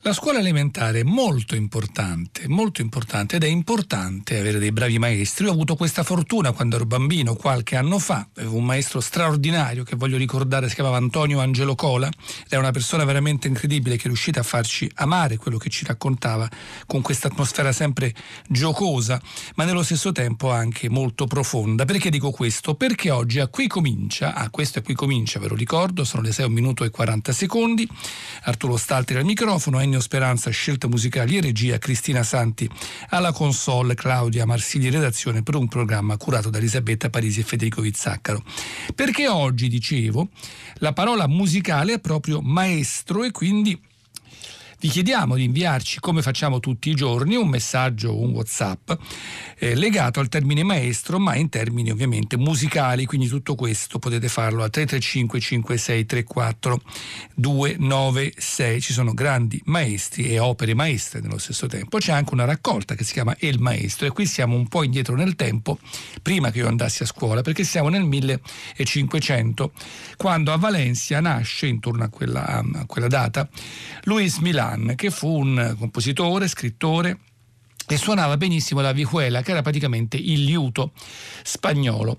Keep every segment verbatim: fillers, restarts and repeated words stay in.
La scuola elementare è molto importante, molto importante ed è importante avere dei bravi maestri. Io ho avuto questa fortuna quando ero bambino, qualche anno fa, avevo un maestro straordinario che voglio ricordare, si chiamava Antonio Angelo Cola, ed è una persona veramente incredibile che è riuscita a farci amare quello che ci raccontava con questa atmosfera sempre giocosa, ma nello stesso tempo anche molto profonda. Perché dico questo? Perché oggi a Qui Comincia, ah questo è Qui Comincia, ve lo ricordo, sono le sei, un minuto e quaranta secondi, Arturo Stalteri al microfono, Ennio Speranza, scelte musicali e regia, Cristina Santi alla console, Claudia Marsigli redazione per un programma curato da Elisabetta Parisi e Federico Vizzaccaro. Perché oggi, dicevo, la parola musicale è proprio maestro e quindi vi chiediamo di inviarci, come facciamo tutti i giorni, un messaggio, un WhatsApp eh, legato al termine maestro, ma in termini ovviamente musicali, quindi tutto questo potete farlo a tre tre cinque cinque sei tre quattro due nove sei. Ci sono grandi maestri e opere maestre nello stesso tempo. C'è anche una raccolta che si chiama El Maestro e qui siamo un po' indietro nel tempo, prima che io andassi a scuola, perché siamo nel millecinquecento, quando a Valencia nasce, intorno a quella, a quella data, Luis Milán, che fu un compositore, scrittore e suonava benissimo la vihuela, che era praticamente il liuto spagnolo.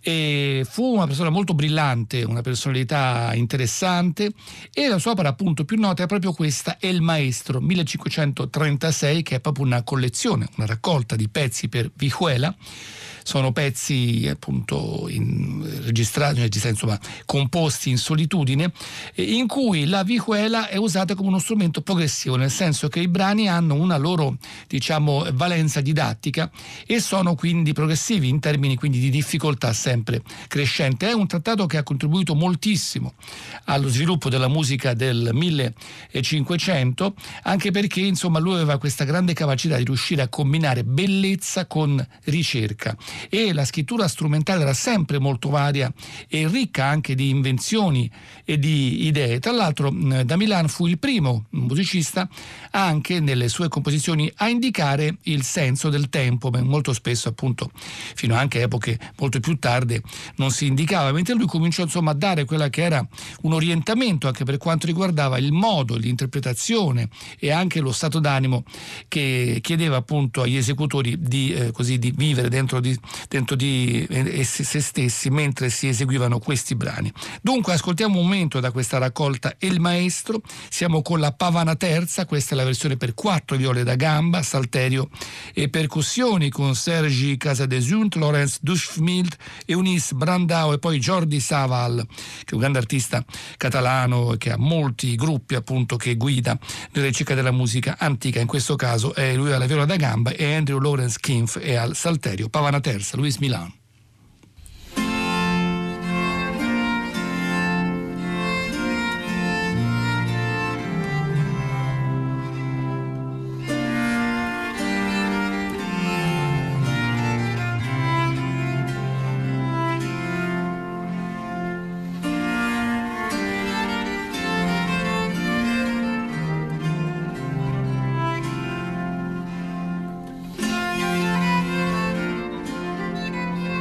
E fu una persona molto brillante, una personalità interessante, e la sua opera appunto più nota è proprio questa, El Maestro, millecinquecentotrentasei, che è proprio una collezione, una raccolta di pezzi per vihuela. Sono pezzi appunto in, registrati, insomma, composti in solitudine, in cui la vihuela è usata come uno strumento progressivo, nel senso che i brani hanno una loro, diciamo, valenza didattica e sono quindi progressivi in termini quindi di difficoltà sempre crescente. È un trattato che ha contribuito moltissimo allo sviluppo della musica del millecinquecento, anche perché insomma lui aveva questa grande capacità di riuscire a combinare bellezza con ricerca. E la scrittura strumentale era sempre molto varia e ricca anche di invenzioni e di idee. Tra l'altro da Milán fu il primo musicista anche nelle sue composizioni a indicare il senso del tempo, ma molto spesso appunto fino anche a epoche molto più tarde non si indicava, mentre lui cominciò insomma a dare quella che era un orientamento anche per quanto riguardava il modo, l'interpretazione e anche lo stato d'animo che chiedeva appunto agli esecutori di, eh, così, di vivere dentro di dentro di se stessi mentre si eseguivano questi brani. Dunque ascoltiamo un momento da questa raccolta El Maestro, siamo con la Pavana terza, questa è la versione per quattro viole da gamba, salterio e percussioni con Sergi Casadesunt, Lorenz Duschmild, Eunice Brandao e poi Jordi Saval, che è un grande artista catalano che ha molti gruppi appunto che guida nella ricerca della musica antica. In questo caso è lui alla viola da gamba e Andrew Lawrence Kinf è al salterio. Pavana terza, Luis Milán. Thank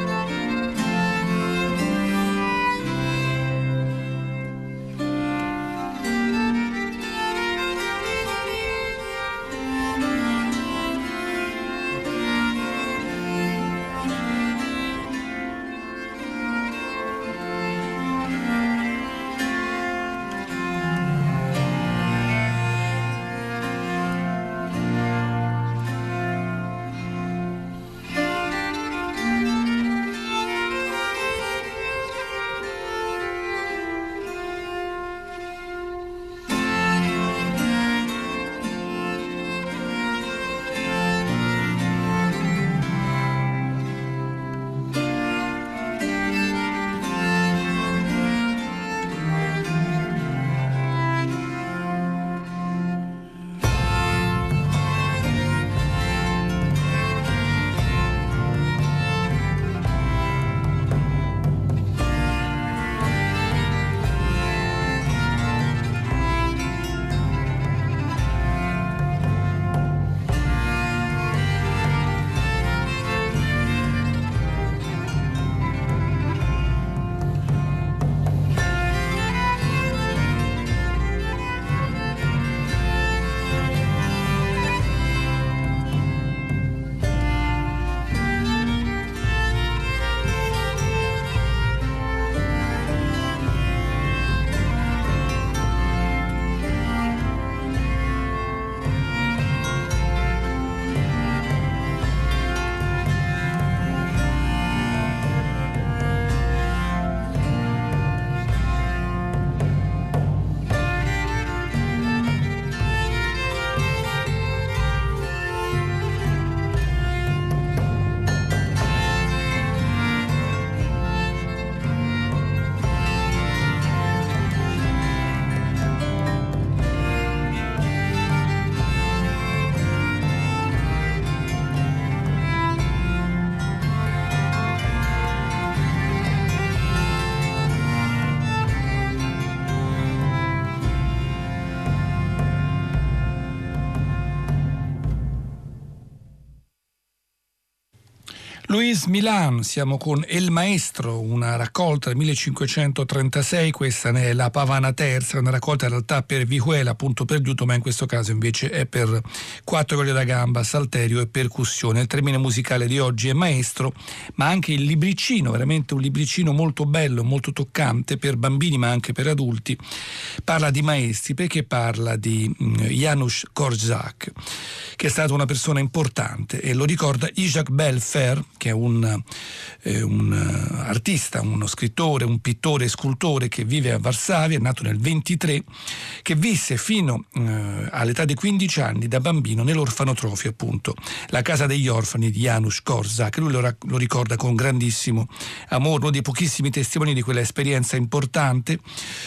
Luis Milan, siamo con El Maestro, una raccolta del millecinquecentotrentasei, questa è la Pavana terza, una raccolta in realtà per vihuela, punto perduto, ma in questo caso invece è per quattro corde da gamba, salterio e percussione. Il termine musicale di oggi è Maestro, ma anche il libricino, veramente un libricino molto bello, molto toccante per bambini ma anche per adulti, parla di maestri perché parla di Janusz Korczak, che è stata una persona importante, e lo ricorda Isaac Belfer, che è un, eh, un artista, uno scrittore, un pittore e scultore che vive a Varsavia, è nato nel ventitré, che visse fino eh, all'età di quindici anni da bambino nell'orfanotrofio, appunto, la casa degli orfani di Janusz Korczak. Lui lo, lo ricorda con grandissimo amore, uno dei pochissimi testimoni di quella esperienza importante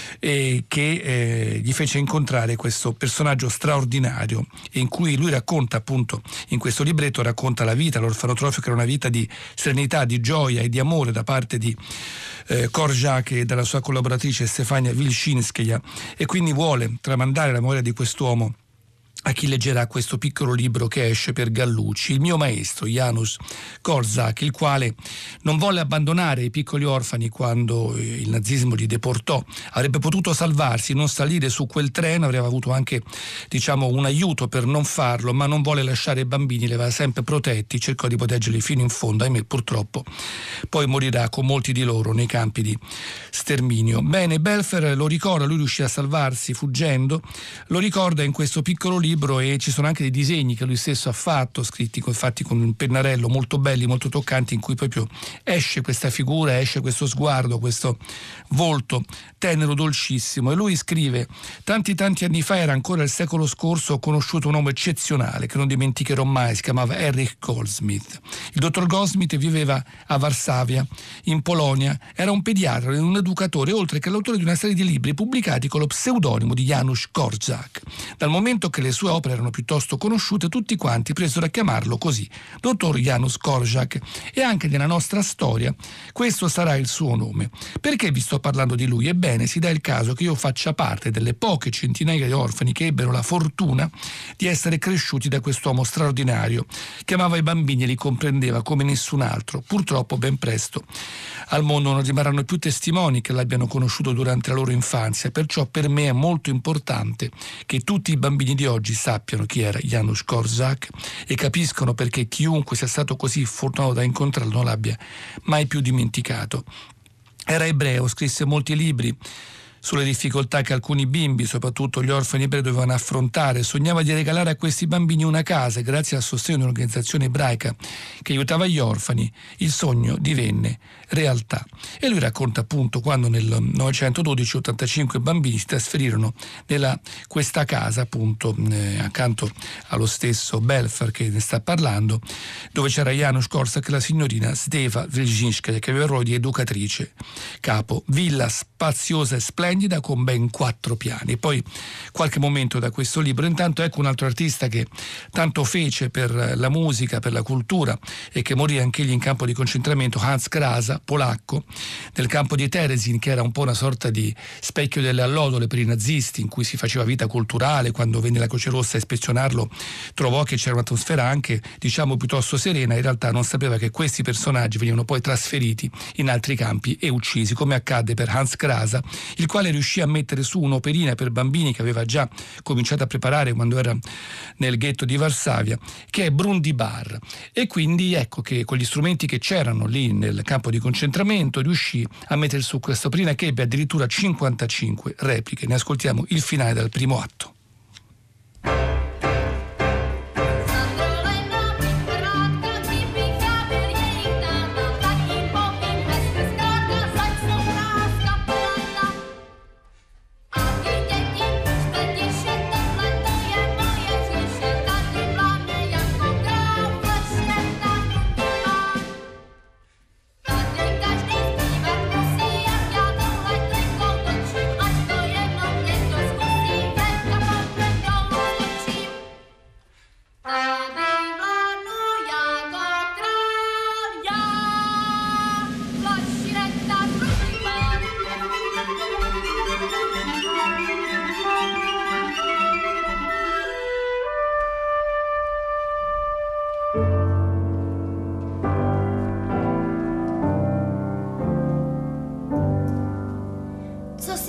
eh, che eh, gli fece incontrare questo personaggio straordinario, e in cui lui racconta, appunto, in questo libretto racconta la vita, l'orfanotrofio, che era una vita di serenità, di gioia e di amore da parte di eh, Korczak e della sua collaboratrice Stefania Wilczynskaja, e quindi vuole tramandare la memoria di quest'uomo a chi leggerà questo piccolo libro che esce per Gallucci, il mio maestro Janusz Korczak, il quale non volle abbandonare i piccoli orfani quando il nazismo li deportò. Avrebbe potuto salvarsi, non salire su quel treno, avrebbe avuto anche, diciamo, un aiuto per non farlo, ma non vuole lasciare i bambini, li aveva sempre protetti, cercò di proteggerli fino in fondo. Ahimè, purtroppo poi morirà con molti di loro nei campi di sterminio. Bene, Belfer lo ricorda, lui riuscì a salvarsi fuggendo, lo ricorda in questo piccolo libro, e ci sono anche dei disegni che lui stesso ha fatto, scritti infatti con un pennarello, molto belli, molto toccanti, in cui proprio esce questa figura, esce questo sguardo, questo volto tenero, dolcissimo. E lui scrive: tanti tanti anni fa, era ancora il secolo scorso, ho conosciuto un uomo eccezionale che non dimenticherò mai, si chiamava Erich Goldsmith. Il dottor Goldsmith viveva a Varsavia, in Polonia, era un pediatra, un educatore, oltre che l'autore di una serie di libri pubblicati con lo pseudonimo di Janusz Korczak. Dal momento che le sue opere erano piuttosto conosciute, tutti quanti presero a chiamarlo così, dottor Janusz Korczak, e anche nella nostra storia questo sarà il suo nome. Perché vi sto parlando di lui? Ebbene, si dà il caso che io faccia parte delle poche centinaia di orfani che ebbero la fortuna di essere cresciuti da quest'uomo straordinario, che amava i bambini e li comprendeva come nessun altro. Purtroppo ben presto al mondo non rimarranno più testimoni che l'abbiano conosciuto durante la loro infanzia, perciò per me è molto importante che tutti i bambini di oggi sappiano chi era Janusz Korczak e capiscono perché chiunque sia stato così fortunato da incontrarlo non l'abbia mai più dimenticato. Era ebreo, scrisse molti libri sulle difficoltà che alcuni bimbi, soprattutto gli orfani ebrei, dovevano affrontare. Sognava di regalare a questi bambini una casa e grazie al sostegno di un'organizzazione ebraica che aiutava gli orfani, il sogno divenne realtà. E lui racconta appunto quando nel novecentododici ottantacinque bambini si trasferirono nella questa casa, appunto eh, accanto allo stesso Belfer che ne sta parlando, dove c'era Janusz Korczak e la signorina Steva Wilczynskaja, che aveva il ruolo di educatrice capo. Villa spaziosa e splendida con ben quattro piani. Poi qualche momento da questo libro. Intanto ecco un altro artista che tanto fece per la musica, per la cultura, e che morì anch'egli in campo di concentramento, Hans Krasa, polacco, nel campo di Terezin, che era un po' una sorta di specchio delle allodole per i nazisti, in cui si faceva vita culturale. Quando venne la Croce Rossa a ispezionarlo trovò che c'era un'atmosfera anche, diciamo, piuttosto serena. In realtà non sapeva che questi personaggi venivano poi trasferiti in altri campi e uccisi, come accadde per Hans Krasa, il quale riuscì a mettere su un'operina per bambini che aveva già cominciato a preparare quando era nel ghetto di Varsavia, che è Brundibar. E quindi ecco che con gli strumenti che c'erano lì nel campo di concentramento riuscì a mettere su questa operina, che ebbe addirittura cinquantacinque repliche. Ne ascoltiamo il finale dal primo atto.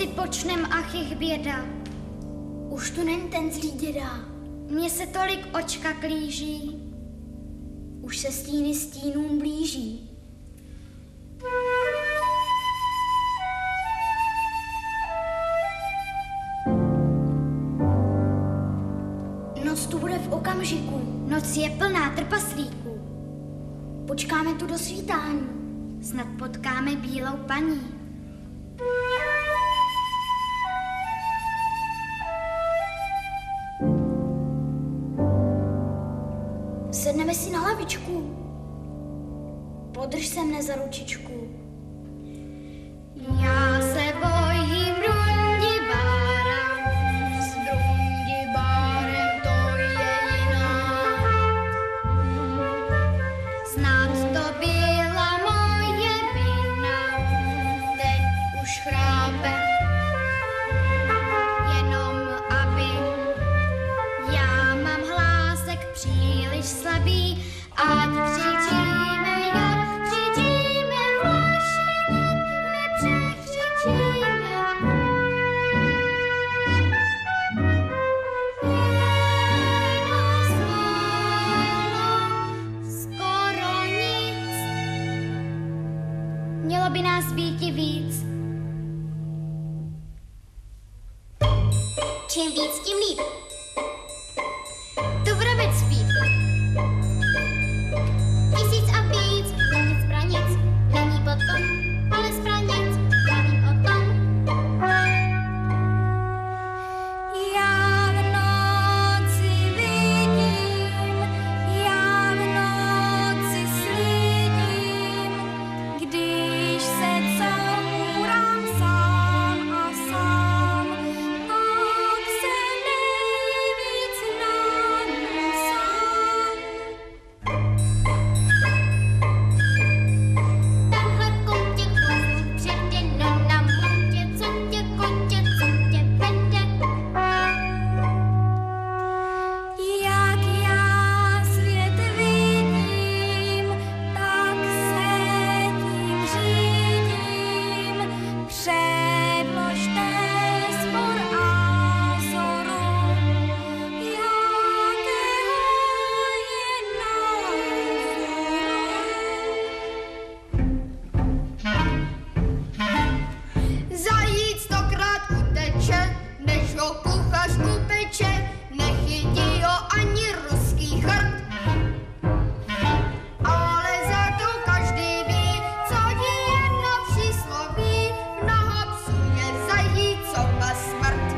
si počnem, ach jich běda. Už tu není ten zlý děda. Mně se tolik očka klíží. Už se stíny stínům blíží. Noc tu bude v okamžiku. Noc je plná trpaslíků. Počkáme tu do svítání. Snad potkáme bílou paní. Sedneme si na lavičku. Podrž se mne za ručičku. Já se bojím Brundibára, s Brundibárem to je jiná. Snad to byla moje vina, teď už chrápe, jenom aby. Já mám hlásek příliš slabý, ať křičíme jak křičíme Vlaši, nepřekřičíme. Je nás málo, skoro nic. Mělo by nás býti víc. Čím víc, tím líp. Dobrobyt zpít. Tisíc a víc, nic pranic, není potom, ale z pranic, já vím o tom. Já v noci vidím, já v noci slídím, když se courám sám a sám, tak se nejvíc nám sám. Tenhle koutě kouzlu přede mnou na moutě, co tě koutě, co tě vede. Jak já svět vidím, tak se tím řídím. Předložte spor Azoru, jakého je názoru. Zajíc stokrát uteče, než ho kuchař upeče, nechytí ho ani ruský chrt. Ale za to každý ví, co ti jedno přísloví, mnoho psů je zajícova smrt.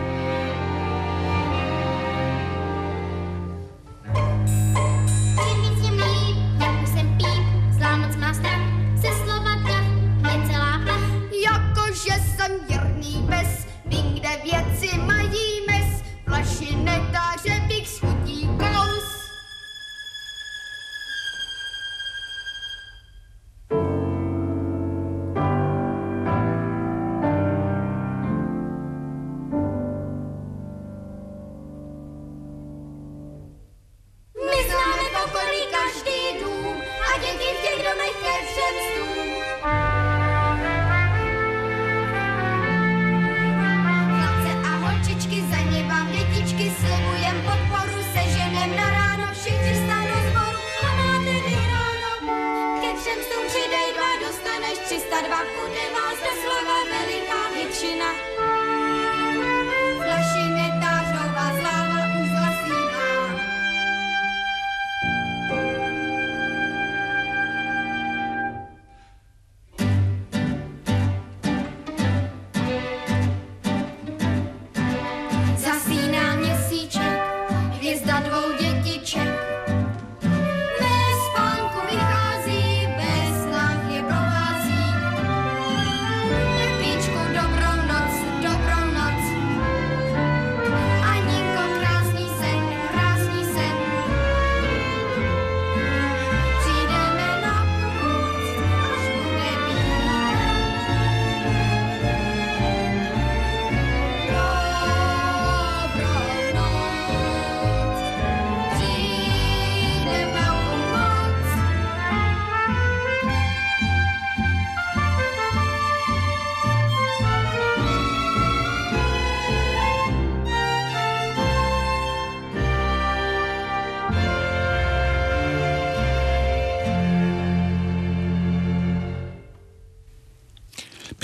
Čím víc, tím líp, jak už jsem píp, zlá moc má strach, se slova dav, je celá plach. Jakože jsem věrný pes, vím, kde věci mají mes, Vlaši netáře bych schutí kous. My známe v okolí každý dům a děti v těch domech ke všem stům. Chlapce a holčičky, za ně vám dětičky slibujem podporu, seženem na ráno, všichni stanou z boru a máte vyhráno. Ke všem stům přidej dva, dostaneš tři sta dva, bude vás doslova veliká většina. Vlaši netářová sláva už zasíná. Zasíná měsíček, hvězda dvou dětiček. Ve spánku vychází, ve snách je provází. Pepíčku, dobrou noc, dobrou noc. Aninko, krásný sen, krásný sen. Přijdeme na pomoc, až bude bílý den. Dobrou noc.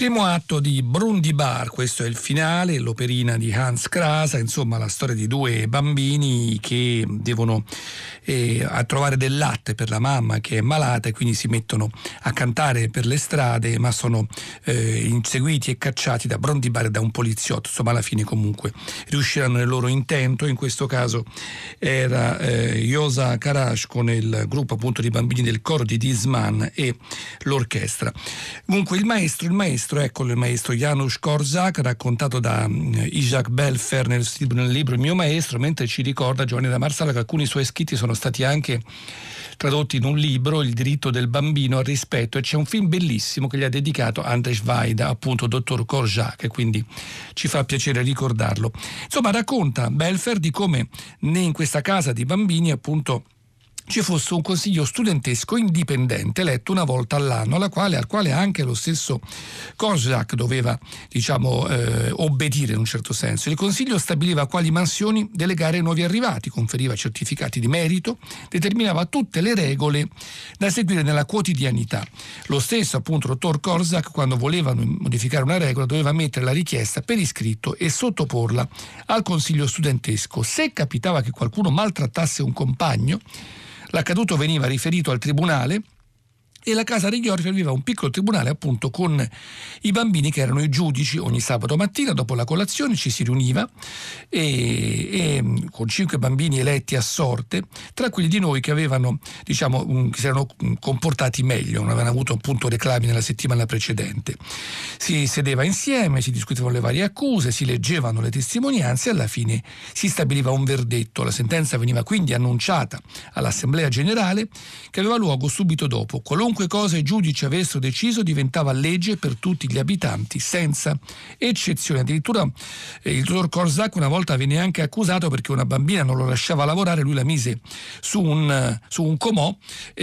Primo atto di Brundibar, questo è il finale, l'operina di Hans Krasa, insomma la storia di due bambini che devono eh, a trovare del latte per la mamma che è malata e quindi si mettono a cantare per le strade, ma sono eh, inseguiti e cacciati da Brundibar e da un poliziotto. Insomma alla fine comunque riusciranno nel loro intento. In questo caso era eh, Josa Karash con il gruppo appunto di bambini del coro di Disman e l'orchestra. Comunque il maestro, il maestro eccolo il maestro Janusz Korczak, raccontato da Isaac Belfer nel, nel libro Il mio maestro, mentre ci ricorda Giovanni da Marsala che alcuni suoi scritti sono stati anche tradotti in un libro, Il diritto del bambino al rispetto, e c'è un film bellissimo che gli ha dedicato Andrzej Wajda, appunto dottor Korczak, e quindi ci fa piacere ricordarlo. Insomma racconta Belfer di come in questa casa di bambini appunto ci fosse un consiglio studentesco indipendente eletto una volta all'anno, alla quale, al quale anche lo stesso Korczak doveva, diciamo, eh, obbedire in un certo senso. Il consiglio stabiliva quali mansioni delegare ai nuovi arrivati, conferiva certificati di merito, determinava tutte le regole da seguire nella quotidianità. Lo stesso, appunto, dottor Korczak, quando volevano modificare una regola, doveva mettere la richiesta per iscritto e sottoporla al consiglio studentesco. Se capitava che qualcuno maltrattasse un compagno, l'accaduto veniva riferito al tribunale e la casa degli orfani aveva un piccolo tribunale appunto con i bambini che erano i giudici. Ogni sabato mattina dopo la colazione ci si riuniva e, e con cinque bambini eletti a sorte tra quelli di noi che avevano, diciamo, um, che si erano comportati meglio, non avevano avuto appunto reclami nella settimana precedente. Si sedeva insieme, si discutevano le varie accuse, si leggevano le testimonianze e alla fine si stabiliva un verdetto. La sentenza veniva quindi annunciata all'assemblea generale che aveva luogo subito dopo. Qualunque cosa i giudici avessero deciso diventava legge per tutti gli abitanti senza eccezione. Addirittura eh, il dottor Korczak una volta venne anche accusato perché una bambina non lo lasciava lavorare, lui la mise su un, su un comò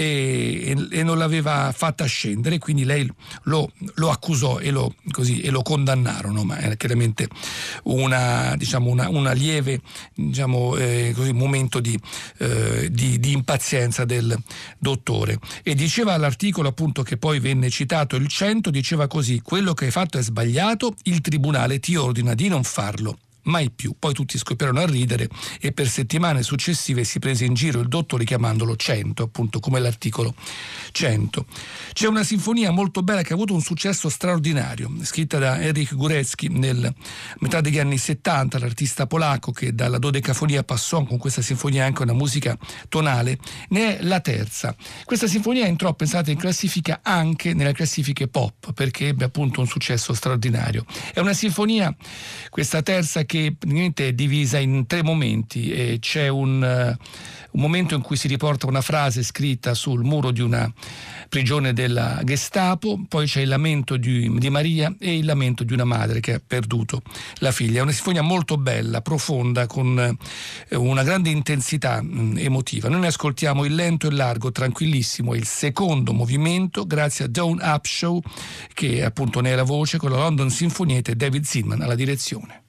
e, e, e non l'aveva fatta scendere, quindi lei lo, lo accusò e lo, così, e lo condannarono, ma era chiaramente una, diciamo, una, una lieve, diciamo, eh, così, momento di, eh, di, di impazienza del dottore. E diceva all'articolo appunto che poi venne citato il cento, diceva così: quello che hai fatto è sbagliato, il tribunale ti ordina di non farlo mai più. Poi tutti scoppiarono a ridere e per settimane successive si prese in giro il dottore chiamandolo cento, appunto come l'articolo cento. C'è una sinfonia molto bella che ha avuto un successo straordinario, scritta da Erich Górecki nel metà degli anni settanta, l'artista polacco che dalla dodecafonia passò con questa sinfonia anche una musica tonale, ne è la terza. Questa sinfonia entrò, pensate, in classifica anche nelle classifiche pop perché ebbe appunto un successo straordinario. È una sinfonia, questa terza, che praticamente è divisa in tre momenti e c'è un, uh, un momento in cui si riporta una frase scritta sul muro di una prigione della Gestapo, poi c'è il lamento di, di Maria e il lamento di una madre che ha perduto la figlia. È una sinfonia molto bella, profonda, con uh, una grande intensità mh, emotiva. Noi ne ascoltiamo il lento e largo, tranquillissimo, è il secondo movimento grazie a Dawn Upshaw che appunto ne è la voce, con la London Sinfonietta e David Zinman alla direzione.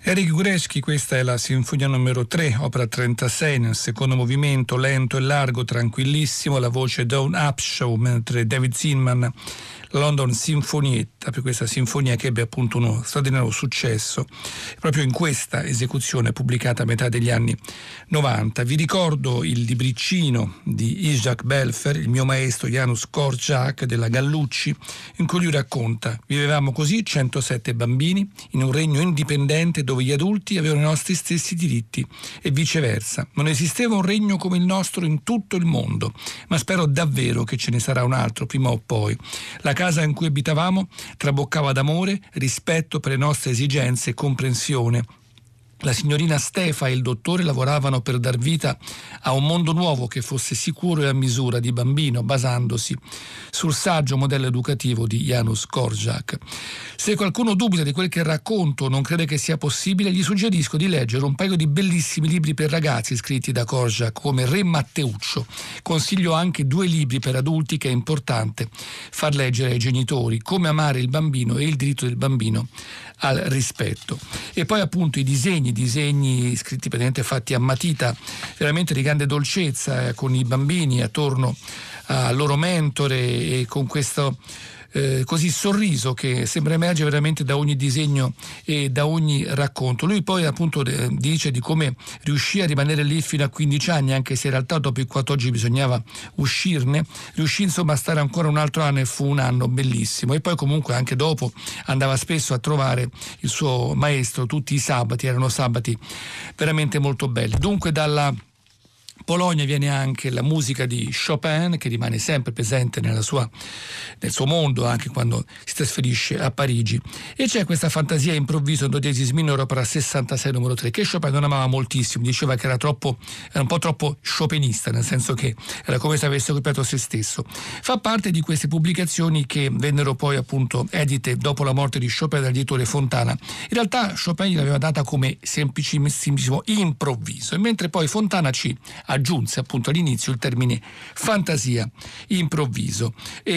Eric Gureschi, questa è la sinfonia numero tre, opera trentasei, nel secondo movimento, lento e largo, tranquillissimo, la voce Dawn Upshaw, mentre David Zinman, London Sinfonietta, per questa sinfonia che ebbe appunto uno straordinario successo proprio in questa esecuzione pubblicata a metà degli anni novanta. Vi ricordo il libricino di Isaac Belfer, il mio maestro Janusz Korczak della Gallucci, in cui lui racconta: vivevamo così centosette bambini in un regno indipendente dove gli adulti avevano i nostri stessi diritti e viceversa. Non esisteva un regno come il nostro in tutto il mondo, ma spero davvero che ce ne sarà un altro prima o poi. La casa in cui abitavamo traboccava d'amore, rispetto per le nostre esigenze e comprensione. La signorina Stefa e il dottore lavoravano per dar vita a un mondo nuovo che fosse sicuro e a misura di bambino, basandosi sul saggio modello educativo di Janusz Korczak. Se qualcuno dubita di quel che racconto o non crede che sia possibile, gli suggerisco di leggere un paio di bellissimi libri per ragazzi scritti da Korczak, come Re Matteuccio. Consiglio anche due libri per adulti che è importante far leggere ai genitori: Come amare il bambino e Il diritto del bambino al rispetto. E poi appunto i disegni, disegni scritti praticamente fatti a matita, veramente di grande dolcezza, eh, con i bambini attorno al loro mentore e con questo eh, così sorriso che sembra emergere veramente da ogni disegno e da ogni racconto. Lui poi appunto eh, dice di come riuscì a rimanere lì fino a quindici anni, anche se in realtà dopo i quattordici bisognava uscirne, riuscì insomma a stare ancora un altro anno e fu un anno bellissimo. E poi comunque anche dopo andava spesso a trovare il suo maestro tutti i sabati, erano sabati veramente molto belli. Dunque dalla Polonia viene anche la musica di Chopin, che rimane sempre presente nella sua, nel suo mondo anche quando si trasferisce a Parigi, e c'è questa fantasia improvviso in do diesis minore, opera sessantasei numero tre, che Chopin non amava moltissimo, diceva che era troppo era un po' troppo chopinista, nel senso che era come se avesse copiato se stesso. Fa parte di queste pubblicazioni che vennero poi appunto edite dopo la morte di Chopin dall'editore Fontana. In realtà Chopin gliel'aveva data come semplicissimo improvviso, e mentre poi Fontana ci aggiunse appunto all'inizio il termine fantasia improvviso.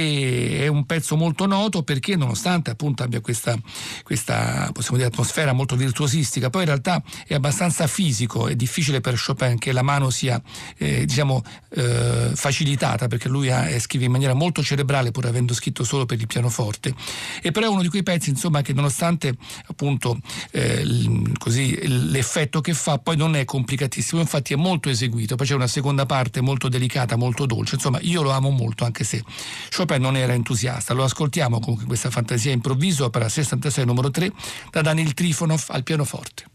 E è un pezzo molto noto perché, nonostante appunto abbia questa, questa possiamo dire atmosfera molto virtuosistica, poi in realtà è abbastanza fisico. È difficile per Chopin che la mano sia eh, diciamo eh, facilitata, perché lui ha, eh, scrive in maniera molto cerebrale, pur avendo scritto solo per il pianoforte. E però è uno di quei pezzi insomma che, nonostante appunto eh, l, così l'effetto che fa, poi non è complicatissimo, infatti è molto eseguito. Poi c'è una seconda parte molto delicata, molto dolce. Insomma, io lo amo molto, anche se Chopin non era entusiasta. Lo ascoltiamo comunque, questa fantasia improvviso, opera sessantasei numero tre, da Danil Trifonov al pianoforte.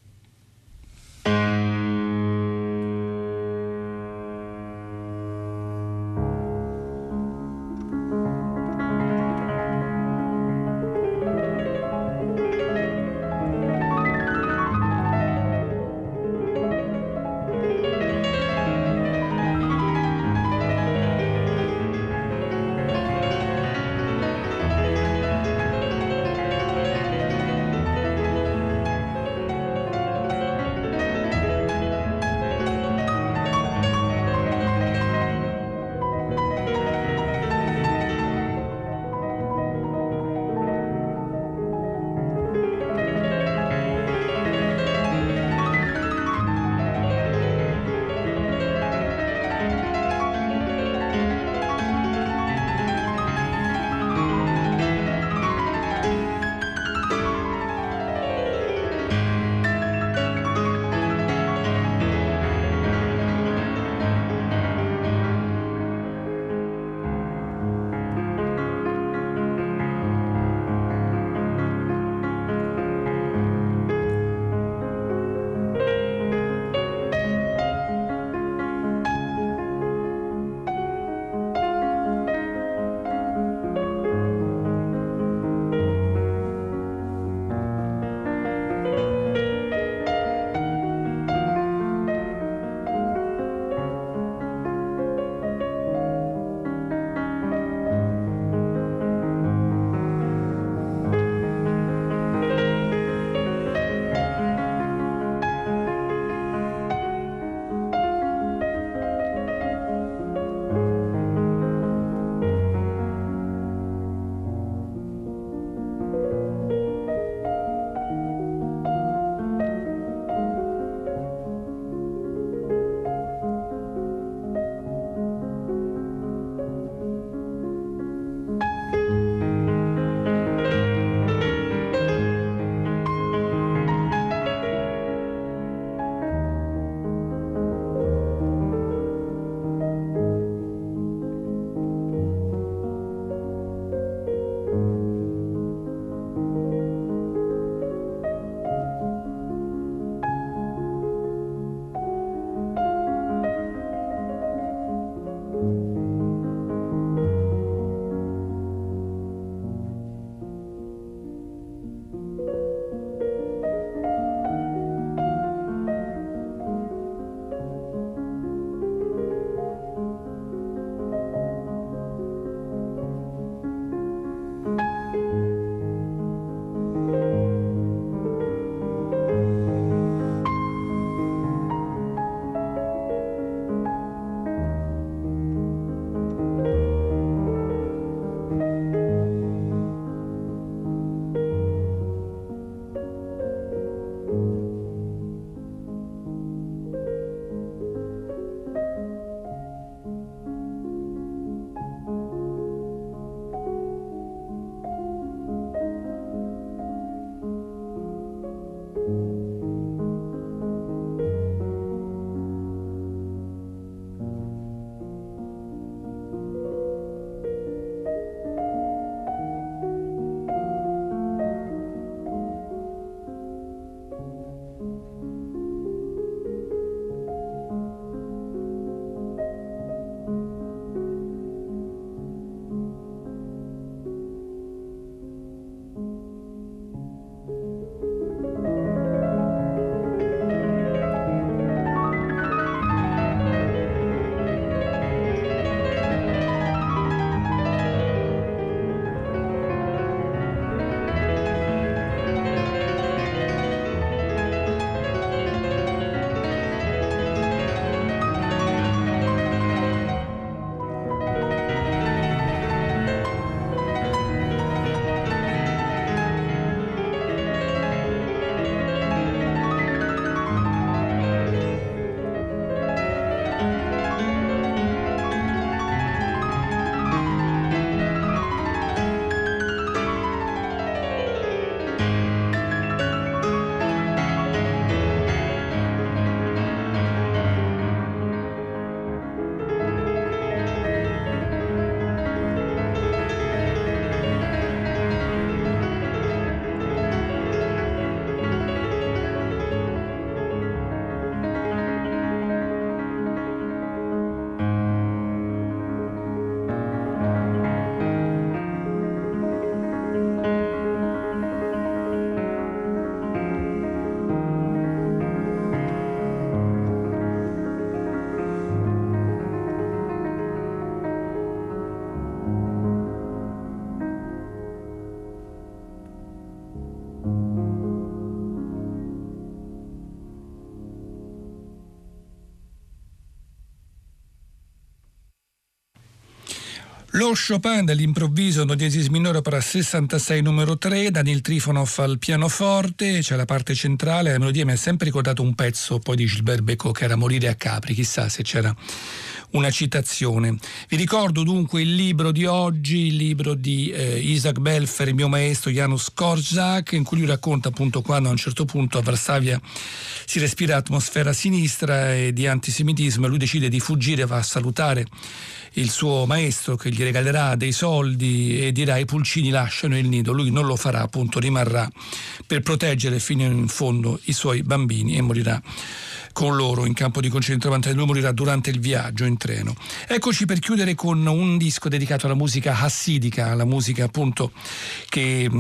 Lo Chopin dell'improvviso no diesis minore opera sessantasei numero tre, Daniil Trifonov al pianoforte, c'è la parte centrale, la melodia mi ha sempre ricordato un pezzo poi di Gilbert Bécaud che era Morire a Capri, chissà se c'era una citazione. Vi ricordo dunque il libro di oggi, il libro di eh, Isaac Belfer, il mio maestro Janusz Korczak, in cui lui racconta appunto quando a un certo punto a Varsavia si respira atmosfera sinistra e di antisemitismo e lui decide di fuggire, va a salutare il suo maestro che gli regalerà dei soldi e dirà: i pulcini lasciano il nido. Lui non lo farà, appunto rimarrà per proteggere fino in fondo i suoi bambini e morirà con loro in campo di concentramento. Lui morirà durante il viaggio in treno. Eccoci per chiudere con un disco dedicato alla musica hassidica, alla musica appunto che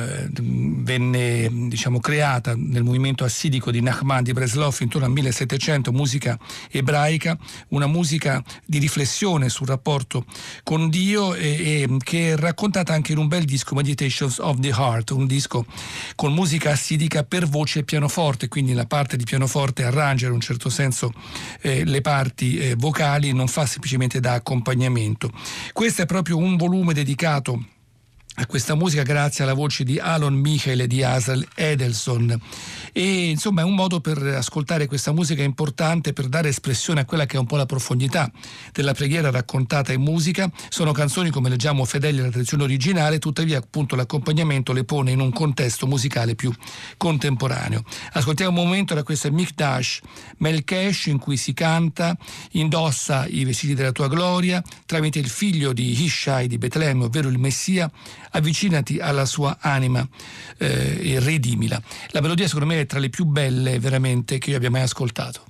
mh, venne diciamo creata nel movimento hassidico di Nachman di Breslov intorno al millesettecento, musica ebraica, una musica di riflessione sul rapporto con Dio e, e che è raccontata anche in un bel disco, Meditations of the Heart, un disco con musica hassidica per voce e pianoforte, quindi la parte di pianoforte arrangia in un certo senso eh, le parti eh, vocali, non fa semplicemente da accompagnamento. Questo è proprio un volume dedicato a questa musica grazie alla voce di Alon Michael e di Asal Edelson, e insomma è un modo per ascoltare questa musica importante, per dare espressione a quella che è un po' la profondità della preghiera raccontata in musica. Sono canzoni, come leggiamo, fedeli alla tradizione originale, tuttavia appunto l'accompagnamento le pone in un contesto musicale più contemporaneo. Ascoltiamo un momento da questo Mikdash Melkesh, in cui si canta: indossa i vestiti della tua gloria, tramite il figlio di Ishai di Betlemme, ovvero il Messia, avvicinati alla sua anima eh, e redimila. La melodia secondo me è tra le più belle veramente che io abbia mai ascoltato.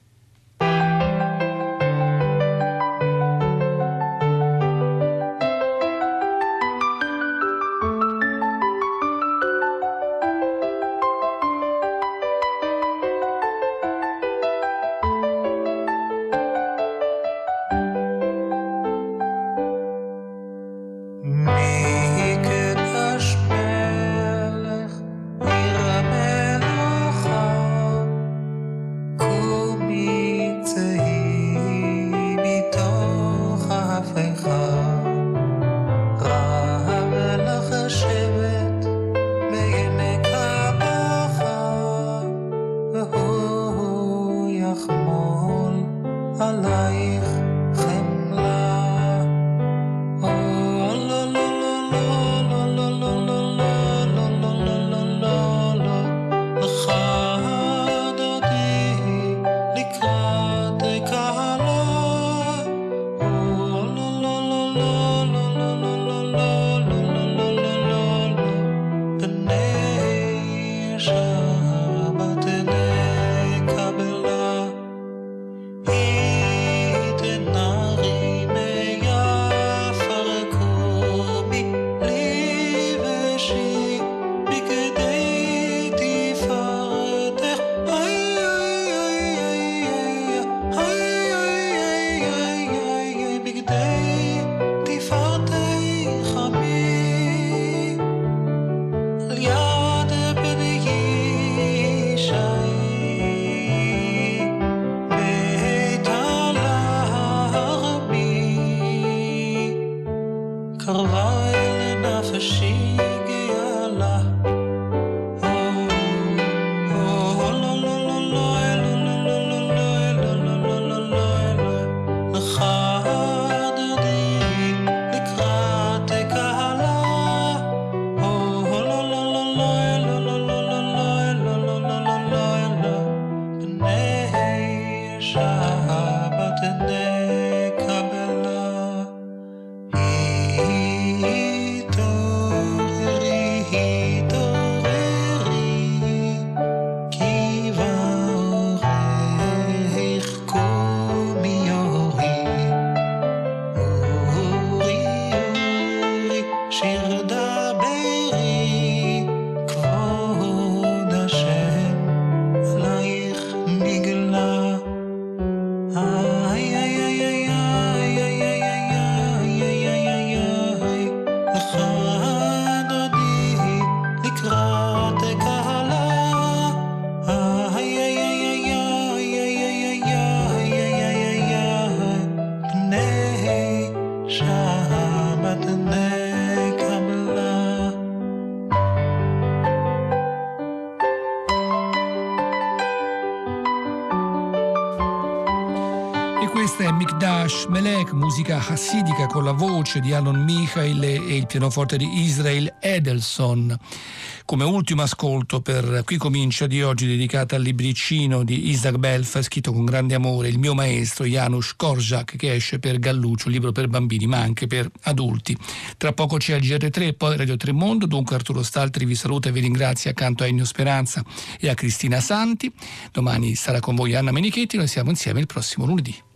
Questa è Mikdash Melech, musica hassidica con la voce di Alon Michael e il pianoforte di Israel Edelson. Come ultimo ascolto per Qui comincia di oggi, dedicata al libricino di Isaac Belf, scritto con grande amore, Il mio maestro Janusz Korczak, che esce per Galluccio, un libro per bambini ma anche per adulti. Tra poco c'è il G R tre, poi Radio Tre Mondo. Dunque Arturo Staltri vi saluta e vi ringrazia accanto a Ennio Speranza e a Cristina Santi. Domani sarà con voi Anna Menichetti, noi siamo insieme il prossimo lunedì.